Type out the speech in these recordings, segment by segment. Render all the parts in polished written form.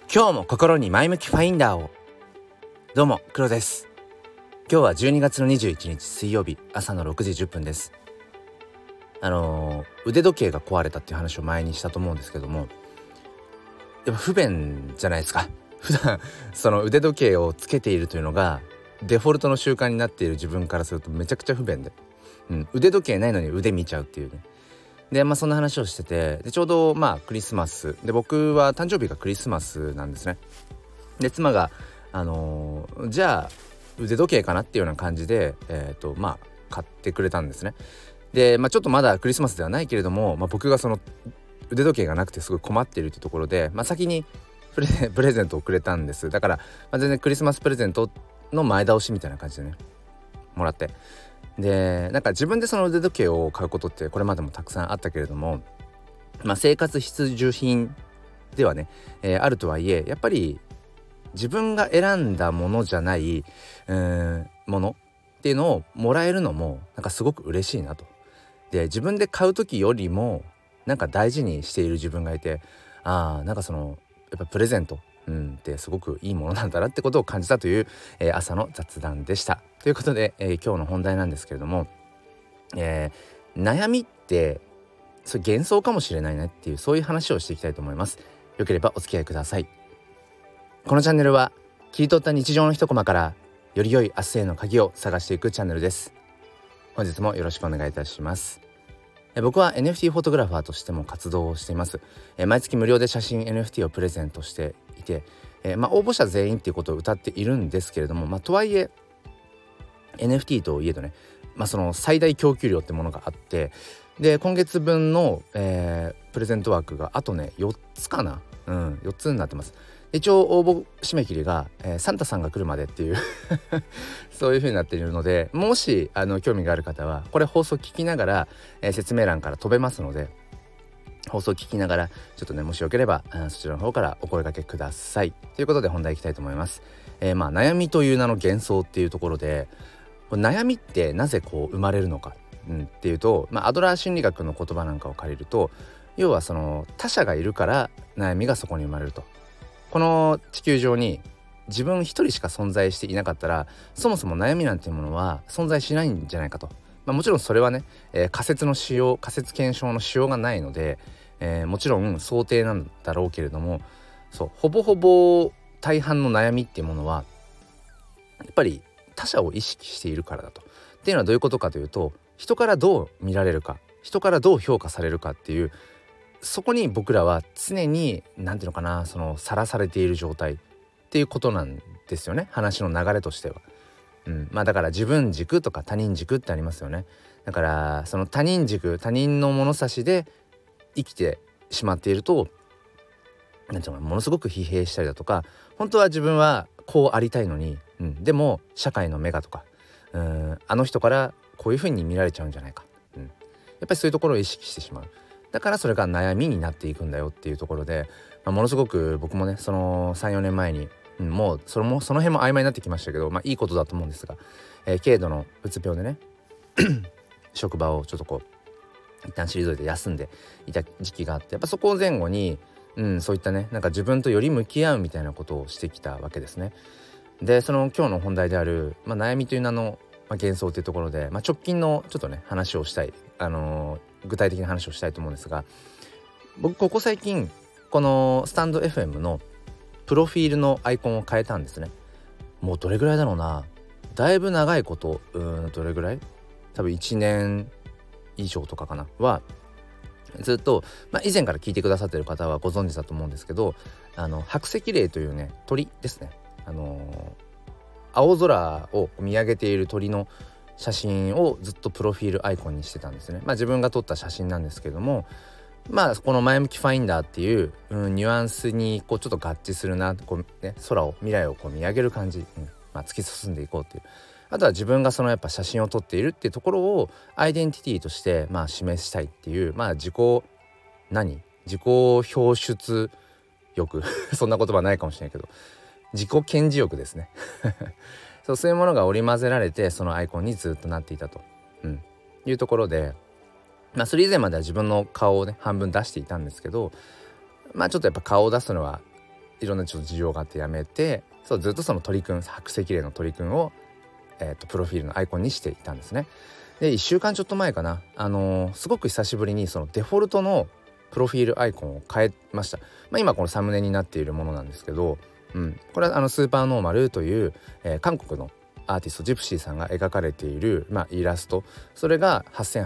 今日も心に前向きファインダーを。どうも黒です。今日は12月の21日水曜日朝の6時10分です。腕時計が壊れたっていう話を前にしたと思うんですけども、やっぱ不便じゃないですか。普段その腕時計をつけているというのがデフォルトの習慣になっている自分からするとめちゃくちゃ不便で、腕時計ないのに腕見ちゃうっていうね。でそんな話をしてて、でちょうどクリスマスで、僕は誕生日がクリスマスなんですね。で妻がじゃあ腕時計かなっていうような感じで買ってくれたんですね。でちょっとまだクリスマスではないけれども、僕がその腕時計がなくてすごい困っているっていうところで、先にプレゼントをくれたんです。だから、全然クリスマスプレゼントの前倒しみたいな感じでねもらって、で自分でその腕時計を買うことってこれまでもたくさんあったけれども、生活必需品ではね、あるとはいえやっぱり自分が選んだものじゃないものっていうのをもらえるのもすごく嬉しいなと。で自分で買う時よりも大事にしている自分がいて、そのやっぱプレゼントってすごくいいものなんだなってことを感じたという、朝の雑談でした。ということで、今日の本題なんですけれども、悩みってそれ幻想かもしれないねっていう、そういう話をしていきたいと思います。よければお付き合いください。このチャンネルは切り取った日常の一コマからより良い明日への鍵を探していくチャンネルです。本日もよろしくお願いいたします。僕は NFT フォトグラファーとしても活動をしています。毎月無料で写真 NFT をプレゼントしていて、応募者全員っていうことを謳っているんですけれども、とはいえ NFT といえどね、その最大供給量ってものがあって、で今月分の、プレゼント枠があとね4つかな、4つになってます。一応応募締め切りが、サンタさんが来るまでっていうそういう風になっているので、もし興味がある方はこれ放送聞きながら、説明欄から飛べますので、放送聞きながらちょっとね、もしよければそちらの方からお声掛けくださいということで本題いきたいと思います。悩みという名の幻想っていうところで、悩みってなぜこう生まれるのか、っていうと、アドラー心理学の言葉なんかを借りると、要はその他者がいるから悩みがそこに生まれると。この地球上に自分一人しか存在していなかったら、そもそも悩みなんていうものは存在しないんじゃないかと。もちろんそれはね、仮説検証のしようがないので、もちろん想定なんだろうけれども、ほぼほぼ大半の悩みっていうものはやっぱり他者を意識しているからだと。っていうのはどういうことかというと、人からどう見られるか、人からどう評価されるかっていう、そこに僕らは常にそのさらされている状態っていうことなんですよね、話の流れとしては。だから自分軸とか他人軸ってありますよね。だからその他人軸、他人の物差しで生きてしまっていると、ものすごく疲弊したりだとか、本当は自分はこうありたいのに、でも社会の目がとか、あの人からこういう風に見られちゃうんじゃないか、やっぱりそういうところを意識してしまう。だからそれが悩みになっていくんだよっていうところで、ものすごく僕もね、その 3,4 年前に、もうその辺も曖昧になってきましたけど、いいことだと思うんですが、軽度のうつ病でね職場をちょっとこう一旦退いて休んでいた時期があって、やっぱそこを前後に、そういったね、自分とより向き合うみたいなことをしてきたわけですね。でその今日の本題である、悩みという名の、幻想というところで、直近のちょっとね話をしたい、具体的な話をしたいと思うんですが、僕ここ最近このスタンド FM のプロフィールのアイコンを変えたんですね。もうどれぐらいだろうな、だいぶ長いこと、どれぐらい、多分1年以上とかかなはずっと、以前から聞いてくださってる方はご存知だと思うんですけど、白石霊というね鳥ですね、青空を見上げている鳥の写真をずっとプロフィールアイコンにしてたんですね。自分が撮った写真なんですけども、この前向きファインダーっていう、ニュアンスにこうちょっと合致するな、こう、ね、未来をこう見上げる感じ、突き進んでいこうっていう、あとは自分がそのやっぱ写真を撮っているっていうところをアイデンティティとして示したいっていう、自己表出欲そんな言葉ないかもしれないけど、自己顕示欲ですねそういうものが織り交ぜられてそのアイコンにずっとなっていたと、いうところで、それ以前までは自分の顔をね半分出していたんですけど、ちょっとやっぱ顔を出すのはいろんなちょっと事情があってやめて、ずっとその鳥くん、白石霊の鳥くんを、プロフィールのアイコンにしていたんですね。で1週間ちょっと前かな、すごく久しぶりにそのデフォルトのプロフィールアイコンを変えました。今このサムネになっているものなんですけど、これはスーパーノーマルという、韓国のアーティストジプシーさんが描かれている、イラスト、それが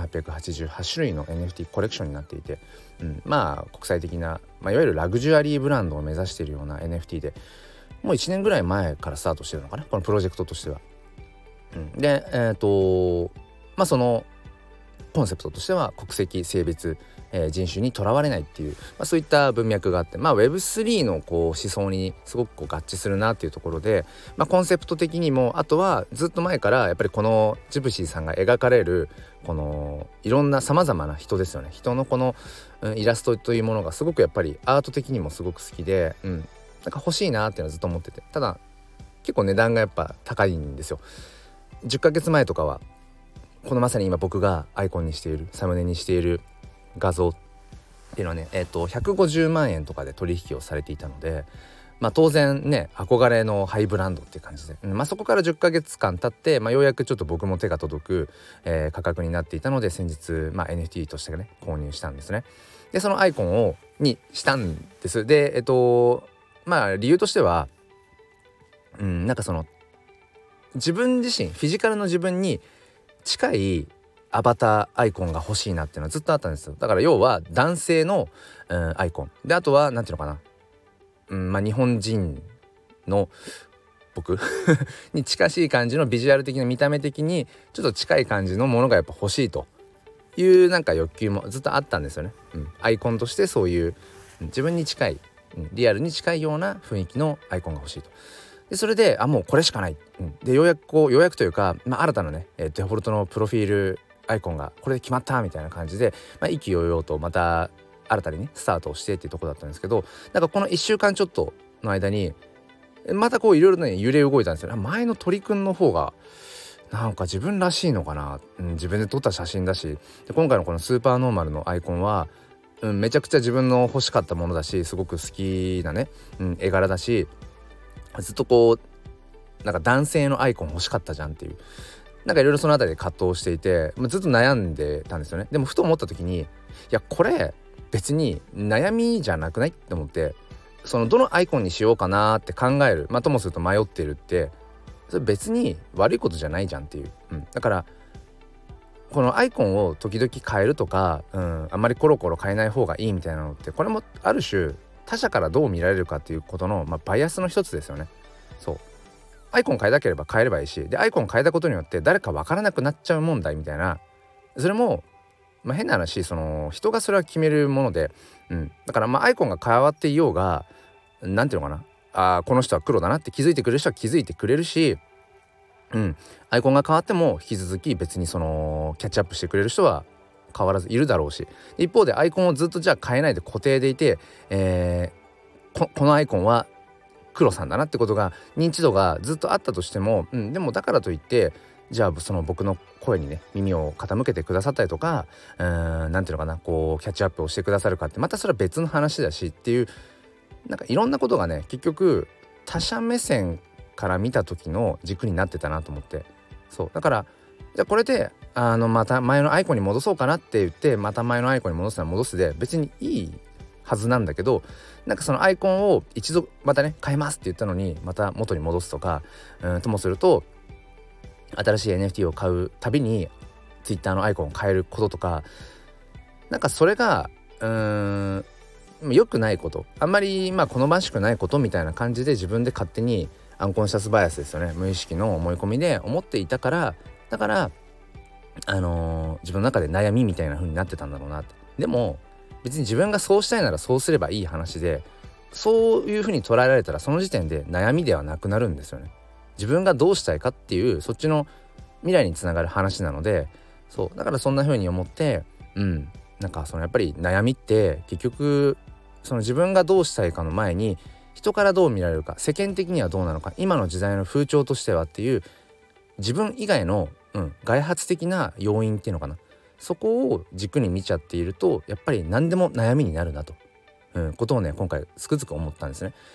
8888種類の NFT コレクションになっていて、国際的な、いわゆるラグジュアリーブランドを目指しているような NFT で、もう1年ぐらい前からスタートしてるのかな、このプロジェクトとしては。でそのコンセプトとしては国籍、性別、人種にとらわれないっていう、そういった文脈があって、Web3 の思想にすごく合致するなっていうところで、コンセプト的にも、あとはずっと前からやっぱりこのジプシーさんが描かれるこのいろんなさまざまな人ですよね。人のこの、イラストというものがすごくやっぱりアート的にもすごく好きで、なんか欲しいなっていうのはずっと思ってて、ただ結構値段がやっぱ高いんですよ。10ヶ月前とかはこのまさに今僕がアイコンにしている、サムネにしている画像っていうのはね、150万円とかで取引をされていたので、当然ね憧れのハイブランドっていう感じで、そこから10ヶ月間経って、ようやくちょっと僕も手が届く、価格になっていたので、先日、NFT としてね購入したんですね。でそのアイコンにしたんです。で理由としては、なんかその自分自身、フィジカルの自分に近いアバターアイコンが欲しいなっていうのはずっとあったんですよ。だから要は男性の、アイコンで、あとはなんていうのかな、日本人の僕に近しい感じのビジュアル的な見た目的にちょっと近い感じのものがやっぱ欲しいというなんか欲求もずっとあったんですよね。アイコンとしてそういう自分に近い、リアルに近いような雰囲気のアイコンが欲しいと。でそれでもうこれしかない、でようやくというか、新たなねデフォルトのプロフィールアイコンがこれで決まったみたいな感じで、意気揚々とまた新たにねスタートをしてっていうところだったんですけど、なんかこの1週間ちょっとの間にまたいろいろね揺れ動いたんですよね。前の鳥くんの方がなんか自分らしいのかな、自分で撮った写真だし、で今回のこのスーパーノーマルのアイコンは、めちゃくちゃ自分の欲しかったものだし、すごく好きなね、絵柄だし、ずっとなんか男性のアイコン欲しかったじゃんっていう、なんかいろいろそのあたりで葛藤していて、ずっと悩んでたんですよね。でもふと思った時に、いやこれ別に悩みじゃなくないって思って、そのどのアイコンにしようかなって考える、ともすると迷ってるって、それ別に悪いことじゃないじゃんっていう、だからこのアイコンを時々変えるとか、あんまりコロコロ変えない方がいいみたいなのって、これもある種他者からどう見られるかっていうことの、バイアスの一つですよね。そうアイコン変えたければ変えればいいし、でアイコン変えたことによって誰か分からなくなっちゃう問題みたいな、それも、変な話、その人がそれは決めるもので、だからアイコンが変わっていようが、なんていうのかな、この人は黒だなって気づいてくれる人は気づいてくれるし、アイコンが変わっても引き続き別にそのキャッチアップしてくれる人は変わらずいるだろうし、一方でアイコンをずっとじゃあ変えないで固定でいて、このアイコンは黒さんだなってことが認知度がずっとあったとしても、でもだからといってじゃあその僕の声にね耳を傾けてくださったりとか、なんていうのかな、キャッチアップをしてくださるかってまたそれは別の話だしっていう、なんかいろんなことがね結局他者目線から見た時の軸になってたなと思って、そうだからじゃあこれでまた前のアイコンに戻そうかなって言って、また前のアイコンに戻すのは戻すで別にいいはずなんだけど、なんかそのアイコンを一度またね変えますって言ったのにまた元に戻すとか、ともすると新しい NFT を買うたびに Twitter のアイコンを変えることとか、なんかそれが良くないこと、あんまり好ましくないことみたいな感じで自分で勝手にアンコンシャスバイアスですよね、無意識の思い込みで思っていたから、だから自分の中で悩みみたいな風になってたんだろうなって。でも別に自分がそうしたいならそうすればいい話で、そういう風に捉えられたらその時点で悩みではなくなるんですよね。自分がどうしたいかっていうそっちの未来につながる話なので、そうだからそんな風に思って、なんかそのやっぱり悩みって結局その自分がどうしたいかの前に人からどう見られるか、世間的にはどうなのか、今の時代の風潮としてはっていう自分以外の、外発的な要因っていうのかな、そこを軸に見ちゃっているとやっぱり何でも悩みになるなと、ことをね今回つくづく思ったんですね。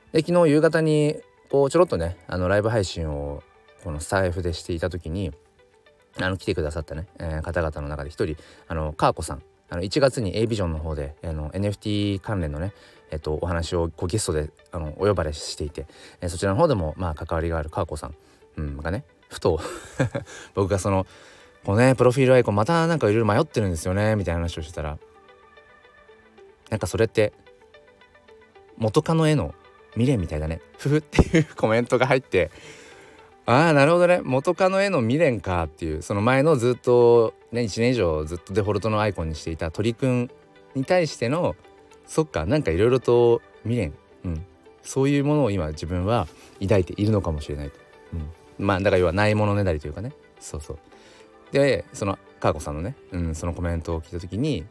で昨日夕方にこうちょろっとねライブ配信をこのスタイフでしていた時に来てくださったね、方々の中で一人カーコさん1月に A ビジョンの方でNFT 関連のねお話をこうゲストでお呼ばれしていて、そちらの方でも関わりがあるカーコさん、がねふと僕がこのねプロフィールアイコンまたなんかいろいろ迷ってるんですよねみたいな話をしてたら、なんかそれって元カノへの未練みたいだねふふっていうコメントが入って、ああなるほどね、元カノへの未練かっていう、その前のずっとね1年以上ずっとデフォルトのアイコンにしていた鳥くんに対してのそっかなんかいろいろと未練、そういうものを今自分は抱いているのかもしれないと、だから要はないものねだりというかね、そうでそのカーコさんのね、そのコメントを聞いた時に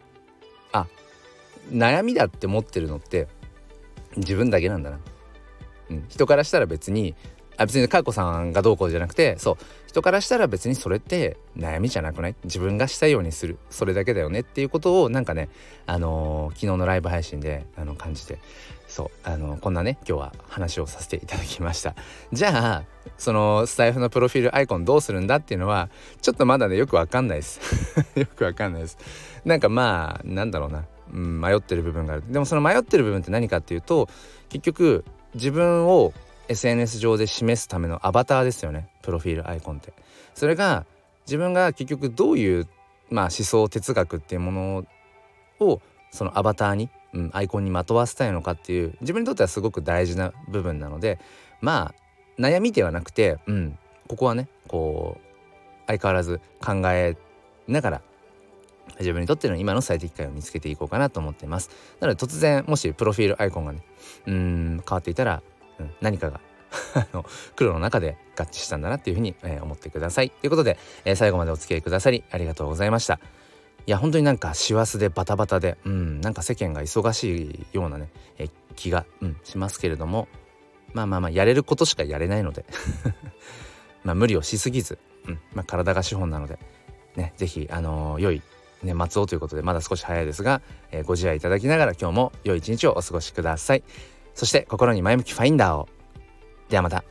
悩みだって思ってるのって自分だけなんだな、人からしたら別にカーコさんがどうこうじゃなくて、人からしたら別にそれって悩みじゃなくない、自分がしたいようにするそれだけだよねっていうことをなんかね昨日のライブ配信で感じて、こんなね今日は話をさせていただきました。じゃあそのスタイフのプロフィールアイコンどうするんだっていうのはちょっとまだねよくわかんないですよくわかんないです。なんかなんだろうな、迷ってる部分がある。でもその迷ってる部分って何かっていうと、結局自分を SNS 上で示すためのアバターですよね、プロフィールアイコンって。それが自分が結局どういう思想哲学っていうものをそのアバターに、アイコンにまとわせたいのかっていう自分にとってはすごく大事な部分なので、悩みではなくて、ここはねこう相変わらず考えながら自分にとっての今の最適解を見つけていこうかなと思っています。なので突然もしプロフィールアイコンがね変わっていたら、何かが黒の中で合致したんだなっていうふうに、思ってくださいということで、最後までお付き合いくださりありがとうございました。いや本当になんか師走でバタバタで、なんか世間が忙しいようなね、気が、しますけれども、やれることしかやれないので無理をしすぎず、体が資本なのでね、ぜひ良い年末をということでまだ少し早いですが、ご自愛いただきながら今日も良い一日をお過ごしください。そして心に前向きファインダーを。ではまた。